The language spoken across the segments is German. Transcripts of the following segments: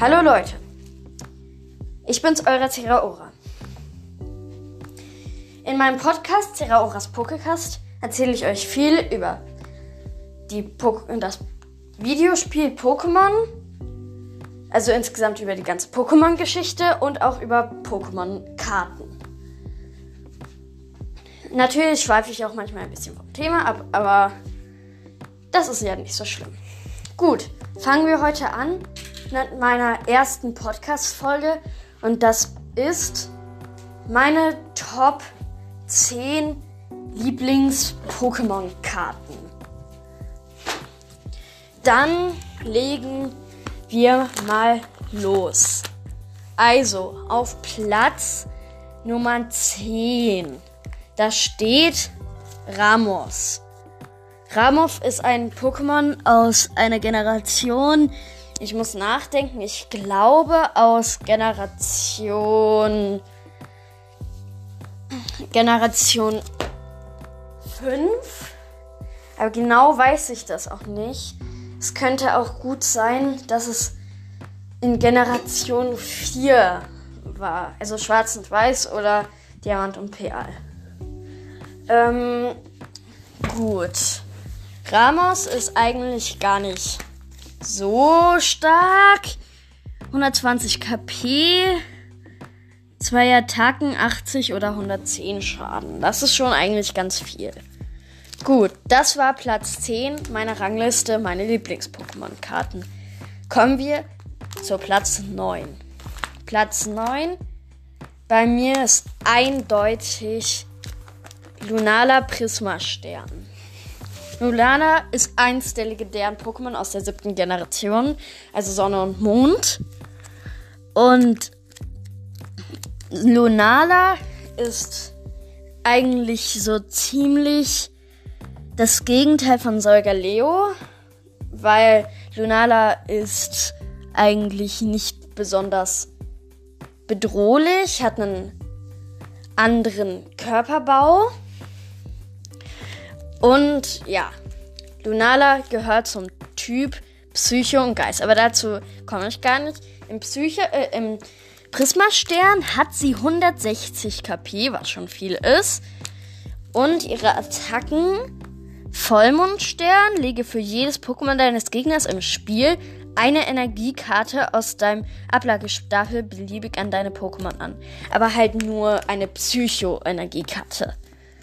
Hallo Leute, ich bin's, euer Zeraora. In meinem Podcast Zeraoras Pokecast erzähle ich euch viel über das Videospiel Pokémon, also insgesamt über die ganze Pokémon-Geschichte und auch über Pokémon-Karten. Natürlich schweife ich auch manchmal ein bisschen vom Thema ab, aber das ist ja nicht so schlimm. Gut, fangen wir heute an mit meiner ersten Podcast-Folge und das ist meine Top 10 Lieblings-Pokémon-Karten. Dann legen wir mal los. Also, auf Platz Nummer 10, da steht Ramos. Ramos ist ein Pokémon aus einer Generation, ich muss nachdenken, ich glaube aus Generation 5. Aber genau weiß ich das auch nicht. Es könnte auch gut sein, dass es in Generation 4 war. Also Schwarz und Weiß oder Diamant und Perl. Gut. Ramos ist eigentlich gar nicht so stark. 120 KP, 2 Attacken, 80 oder 110 Schaden. Das ist schon eigentlich ganz viel. Gut, das war Platz 10 meiner Rangliste, meine Lieblings-Pokémon-Karten. Kommen wir zu Platz 9. Platz 9 bei mir ist eindeutig Lunala Prisma-Stern. Lunala ist eins der legendären Pokémon aus der 7. Generation, also Sonne und Mond. Und Lunala ist eigentlich so ziemlich das Gegenteil von Solgaleo, weil Lunala ist eigentlich nicht besonders bedrohlich, hat einen anderen Körperbau. Und ja, Lunala gehört zum Typ Psycho und Geist. Aber dazu komme ich gar nicht. Im Prisma-Stern hat sie 160 KP, was schon viel ist. Und ihre Attacken: Vollmondstern, lege für jedes Pokémon deines Gegners im Spiel eine Energiekarte aus deinem Ablagestapel beliebig an deine Pokémon an. Aber halt nur eine Psycho-Energiekarte.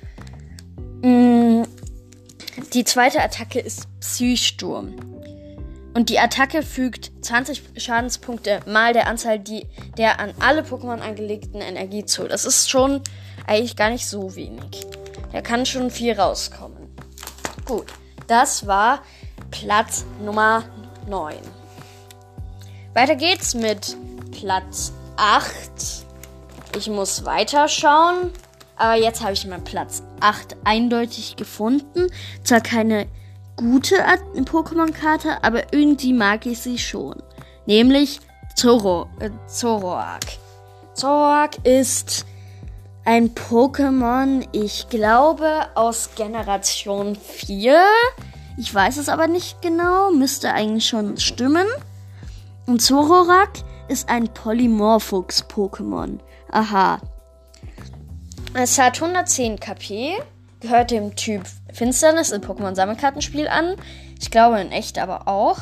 Die zweite Attacke ist Psysturm. Und die Attacke fügt 20 Schadenspunkte mal der Anzahl der an alle Pokémon angelegten Energie zu. Das ist schon eigentlich gar nicht so wenig. Da kann schon viel rauskommen. Gut, das war Platz Nummer 9. Weiter geht's mit Platz 8. Ich muss weiterschauen. Aber jetzt habe ich meinen Platz 8 eindeutig gefunden. Zwar keine gute Pokémon-Karte, aber irgendwie mag ich sie schon. Nämlich Zoroark. Zoroark ist ein Pokémon, ich glaube, aus Generation 4. Ich weiß es aber nicht genau, müsste eigentlich schon stimmen. Und Zoroark ist ein Polymorphux-Pokémon. Aha. Es hat 110 KP, gehört dem Typ Finsternis im Pokémon-Sammelkartenspiel an. Ich glaube in echt aber auch.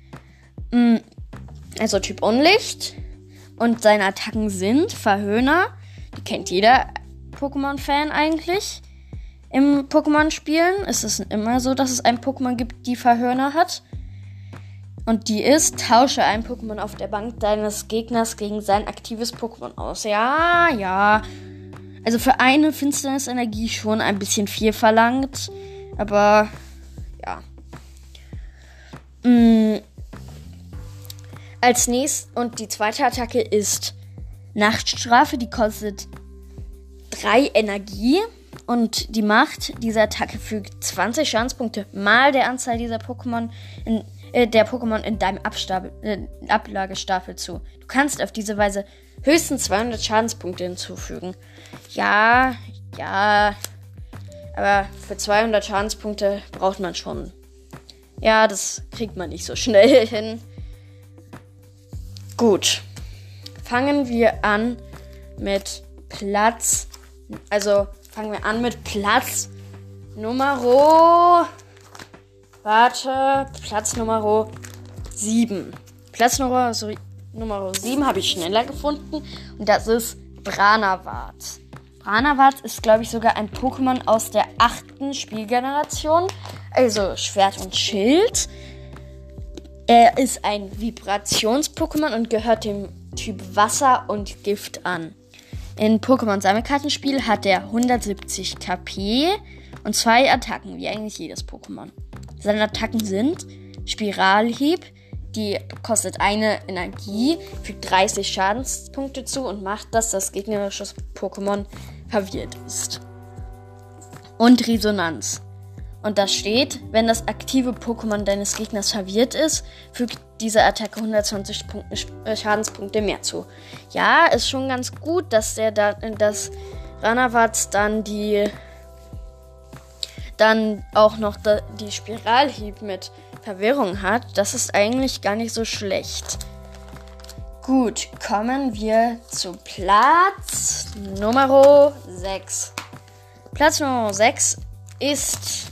Also Typ Unlicht. Und seine Attacken sind Verhöhner. Die kennt jeder Pokémon-Fan eigentlich. Im Pokémon-Spielen ist es immer so, dass es ein Pokémon gibt, die Verhöhner hat. Und die ist: tausche ein Pokémon auf der Bank deines Gegners gegen sein aktives Pokémon aus. Ja. Also für eine Finsternisenergie schon ein bisschen viel verlangt. Aber ja. Als nächstes, und die zweite Attacke ist Nachtstrafe. Die kostet 3 Energie. Und die Macht dieser Attacke fügt 20 Schadenspunkte mal der Anzahl dieser Pokémon in deinem Ablagestapel zu. Du kannst auf diese Weise höchstens 200 Schadenspunkte hinzufügen. Ja. Aber für 200 Schadenspunkte braucht man schon. Ja, das kriegt man nicht so schnell hin. Gut. Fangen wir an mit Platz Nummer 7. Platz Nummer 7 habe ich schneller gefunden und das ist Branawart. Branawart ist, glaube ich, sogar ein Pokémon aus der 8. Spielgeneration, also Schwert und Schild. Er ist ein Vibrations-Pokémon und gehört dem Typ Wasser und Gift an. In Pokémon-Sammelkartenspiel hat er 170 KP und 2 Attacken, wie eigentlich jedes Pokémon. Seine Attacken sind Spiralhieb, die kostet eine Energie, fügt 30 Schadenspunkte zu und macht, dass das gegnerische Pokémon verwirrt ist. Und Resonanz. Und da steht, wenn das aktive Pokémon deines Gegners verwirrt ist, fügt diese Attacke 120 Schadenspunkte mehr zu. Ja, ist schon ganz gut, dass das Branawart dann auch noch die Spiralhieb mit Verwirrung hat. Das ist eigentlich gar nicht so schlecht. Gut, kommen wir zu Platz Nummer 6. Platz Nummer 6 ist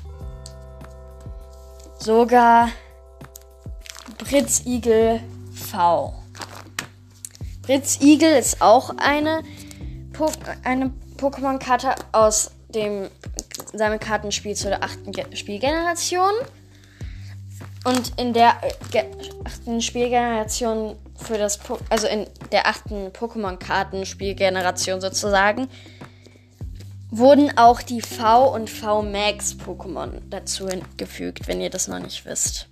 sogar Blitzigel V. Blitzigel ist auch eine Pokémon-Karte aus dem Sammelkartenspiel zu der 8. Spielgeneration. Und in der 8. Spielgeneration in der 8. Pokémon-Kartenspielgeneration sozusagen, wurden auch die V- und V-Max-Pokémon dazu hingefügt, wenn ihr das noch nicht wisst.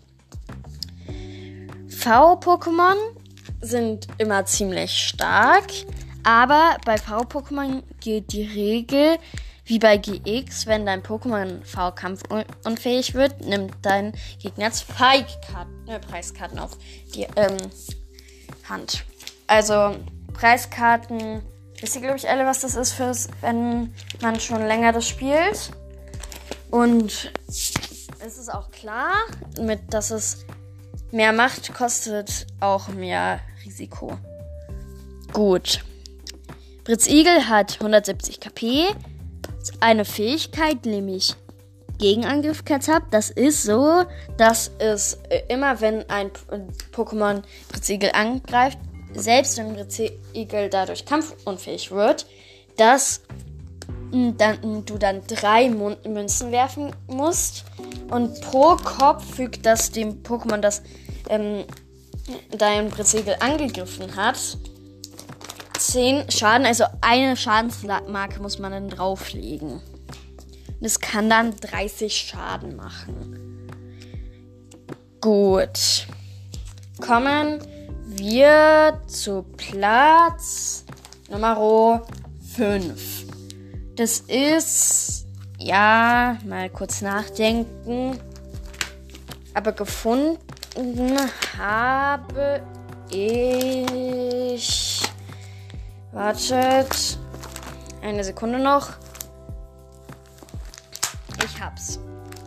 V-Pokémon sind immer ziemlich stark, aber bei V-Pokémon gilt die Regel, wie bei GX, wenn dein Pokémon V-kampfunfähig wird, nimmt dein Gegner 2 Preiskarten auf die Hand. Also Preiskarten, wisst ihr, glaube ich, alle, was das ist, wenn man schon länger das spielt. Und es ist auch klar, dass es mehr Macht kostet, auch mehr Risiko. Gut. Blitzigel hat 170 KP. Eine Fähigkeit, nämlich Gegenangriff hat. Das ist so, dass es immer, wenn ein Pokémon Blitzigel angreift, selbst wenn Blitzigel dadurch kampfunfähig wird, dass du dann 3 Münzen werfen musst und pro Kopf fügt das dem Pokémon, das dein Blitzigel angegriffen hat, 10 Schaden, also eine Schadensmarke muss man dann drauflegen. Das kann dann 30 Schaden machen. Gut. Kommen wir zu Platz Nummer 5. Das ist, ja, mal kurz nachdenken. Aber gefunden habe ich... Wartet. Eine Sekunde noch. Ich hab's.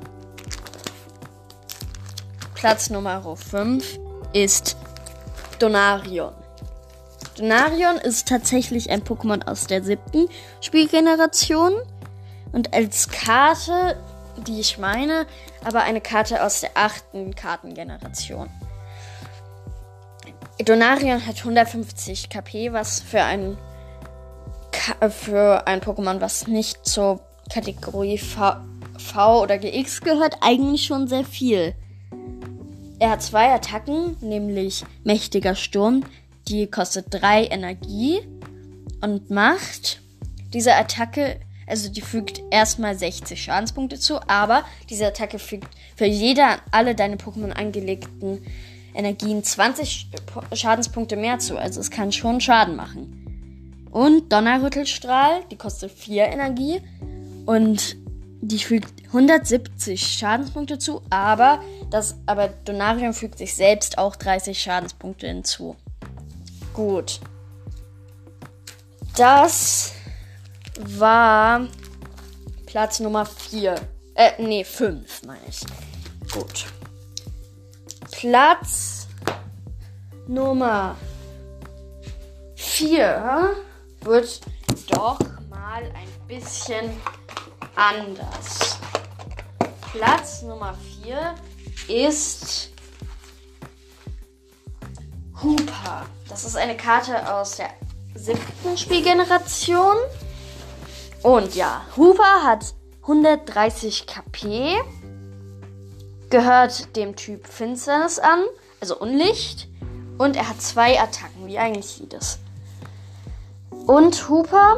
Platz Nummer 5 ist Donarion. Donarion ist tatsächlich ein Pokémon aus der 7. Spielgeneration. Und als Karte, die ich meine, aber eine Karte aus der 8. Kartengeneration. Donarion hat 150 KP, was für ein Pokémon, was nicht zur Kategorie V oder GX gehört, eigentlich schon sehr viel. Er hat 2 Attacken, nämlich Mächtiger Sturm, die kostet 3 Energie und macht diese Attacke, also die fügt erstmal 60 Schadenspunkte zu, aber diese Attacke fügt für alle deine Pokémon angelegten Energien 20 Schadenspunkte mehr zu. Also es kann schon Schaden machen. Und Donnerrüttelstrahl, die kostet 4 Energie. Und die fügt 170 Schadenspunkte zu. Aber Donarion fügt sich selbst auch 30 Schadenspunkte hinzu. Gut. Das war Platz Nummer 5 meine ich. Gut. Platz Nummer 4 wird doch mal ein bisschen anders. Platz Nummer 4 ist Hooper. Das ist eine Karte aus der 7. Spielgeneration. Und ja, Hooper hat 130 KP, gehört dem Typ Finsternis an, also Unlicht. Und er hat 2 Attacken, wie eigentlich jedes. Und Hooper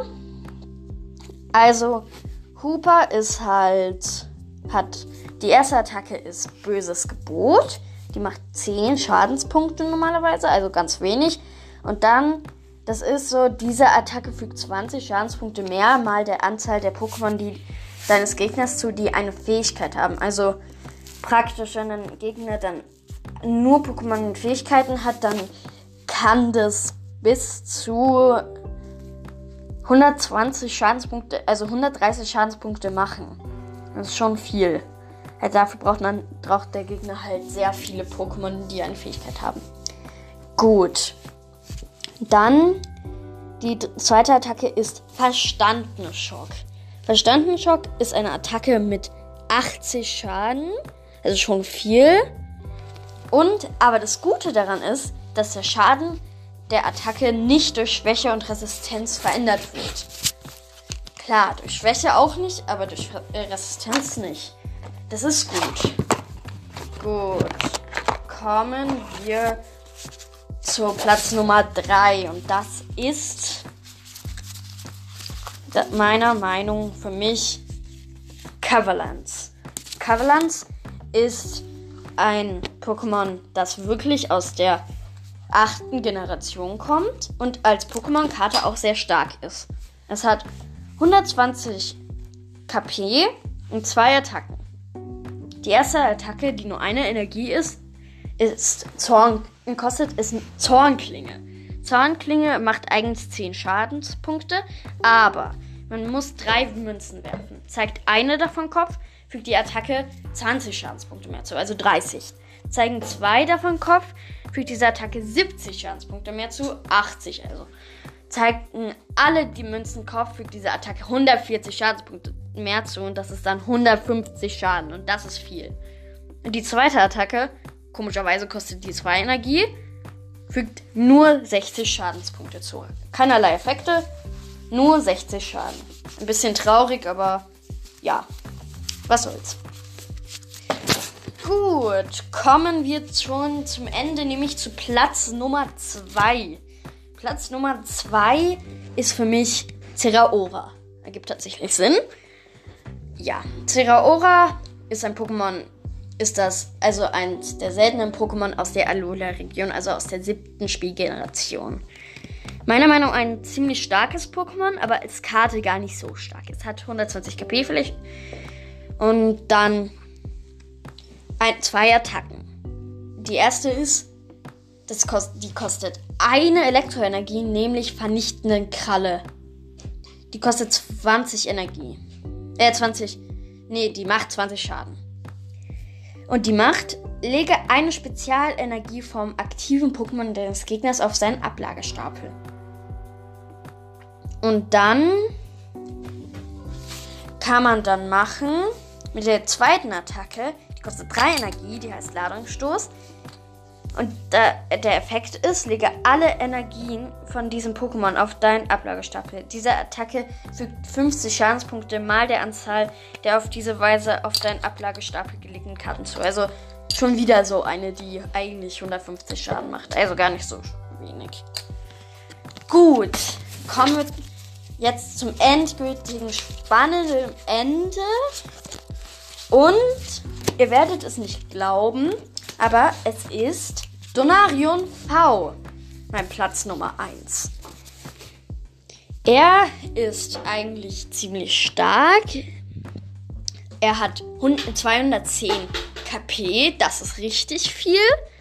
ist halt, die erste Attacke ist Böses Gebot. Die macht 10 Schadenspunkte normalerweise, also ganz wenig. Und dann, das ist so, diese Attacke fügt 20 Schadenspunkte mehr mal der Anzahl der Pokémon deines Gegners zu, die eine Fähigkeit haben. Also praktisch, wenn ein Gegner dann nur Pokémon mit Fähigkeiten hat, dann kann das bis zu 120 Schadenspunkte, also 130 Schadenspunkte machen. Das ist schon viel. Halt dafür braucht der Gegner halt sehr viele Pokémon, die eine Fähigkeit haben. Gut. Dann die zweite Attacke ist Verstandenschock. Verstandenschock ist eine Attacke mit 80 Schaden. Also schon viel. Aber das Gute daran ist, dass der Schaden der Attacke nicht durch Schwäche und Resistenz verändert wird. Klar, durch Schwäche auch nicht, aber durch Resistenz nicht. Das ist gut. Gut. Kommen wir zu Platz Nummer 3. Und das ist meiner Meinung für mich Cavalance. Cavalance ist ein Pokémon, das wirklich aus der 8. Generation kommt und als Pokémon-Karte auch sehr stark ist. Es hat 120 KP und 2 Attacken. Die erste Attacke, die nur eine Energie ist Zornklinge. Zornklinge macht eigentlich 10 Schadenspunkte, aber man muss 3 Münzen werfen. Zeigt eine davon Kopf, fügt die Attacke 20 Schadenspunkte mehr zu, also 30. Zeigen 2 davon Kopf, fügt diese Attacke 70 Schadenspunkte mehr zu, 80 also. Zeigen alle die Münzen Kopf, fügt diese Attacke 140 Schadenspunkte mehr zu und das ist dann 150 Schaden und das ist viel. Und die zweite Attacke, komischerweise kostet die 2 Energie, fügt nur 60 Schadenspunkte zu. Keinerlei Effekte, nur 60 Schaden. Ein bisschen traurig, aber ja, was soll's. Gut, kommen wir schon zum Ende, nämlich zu Platz Nummer 2. Platz Nummer 2 ist für mich Zeraora. Ergibt tatsächlich Sinn. Ja, Zeraora ist ein Pokémon, eins der seltenen Pokémon aus der Alola-Region, also aus der 7. Spielgeneration. Meiner Meinung nach ein ziemlich starkes Pokémon, aber als Karte gar nicht so stark. Es hat 120 KP vielleicht. Und dann 2 Attacken. Die erste ist, die kostet eine Elektroenergie, nämlich vernichtende Kralle. Die kostet 20 Energie. Die macht 20 Schaden. Und die macht, lege eine Spezialenergie vom aktiven Pokémon deines Gegners auf seinen Ablagestapel. Und dann kann man dann machen mit der zweiten Attacke, die kostet 3 Energie, die heißt Ladungsstoß. Und der Effekt ist, lege alle Energien von diesem Pokémon auf deinen Ablagestapel. Diese Attacke fügt 50 Schadenspunkte mal der Anzahl der auf diese Weise auf deinen Ablagestapel gelegten Karten zu. Also schon wieder so eine, die eigentlich 150 Schaden macht. Also gar nicht so wenig. Gut, kommen wir jetzt zum endgültigen spannenden Ende. Und ihr werdet es nicht glauben, aber es ist Donarion V, mein Platz Nummer 1. Er ist eigentlich ziemlich stark. Er hat 210 KP, das ist richtig viel.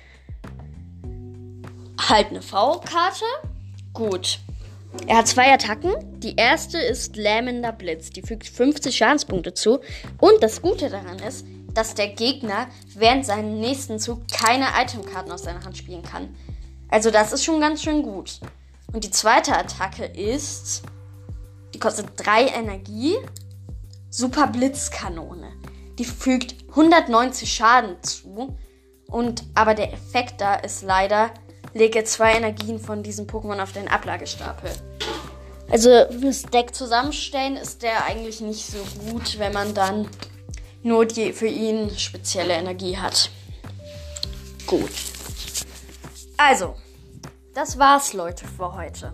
Halt eine V-Karte. Gut. Er hat 2 Attacken. Die erste ist lähmender Blitz. Die fügt 50 Schadenspunkte zu. Und das Gute daran ist, dass der Gegner während seinem nächsten Zug keine Itemkarten aus seiner Hand spielen kann. Also das ist schon ganz schön gut. Und die zweite Attacke ist, die kostet 3 Energie, Super Blitzkanone. Die fügt 190 Schaden zu. Aber der Effekt da ist leider, lege 2 Energien von diesem Pokémon auf den Ablagestapel. Also fürs Deck zusammenstellen ist der eigentlich nicht so gut, wenn man dann nur die für ihn spezielle Energie hat. Gut. Also, das war's, Leute, für heute.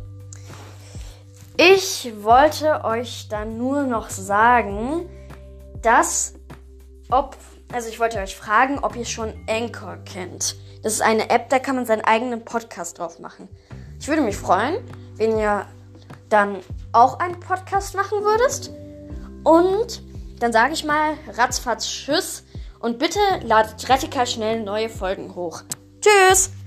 Ich wollte euch dann nur noch sagen, ich wollte euch fragen, ob ihr schon Anchor kennt. Das ist eine App, da kann man seinen eigenen Podcast drauf machen. Ich würde mich freuen, wenn ihr dann auch einen Podcast machen würdest. Und dann sage ich mal ratzfatz Tschüss und bitte ladet radikal schnell neue Folgen hoch. Tschüss!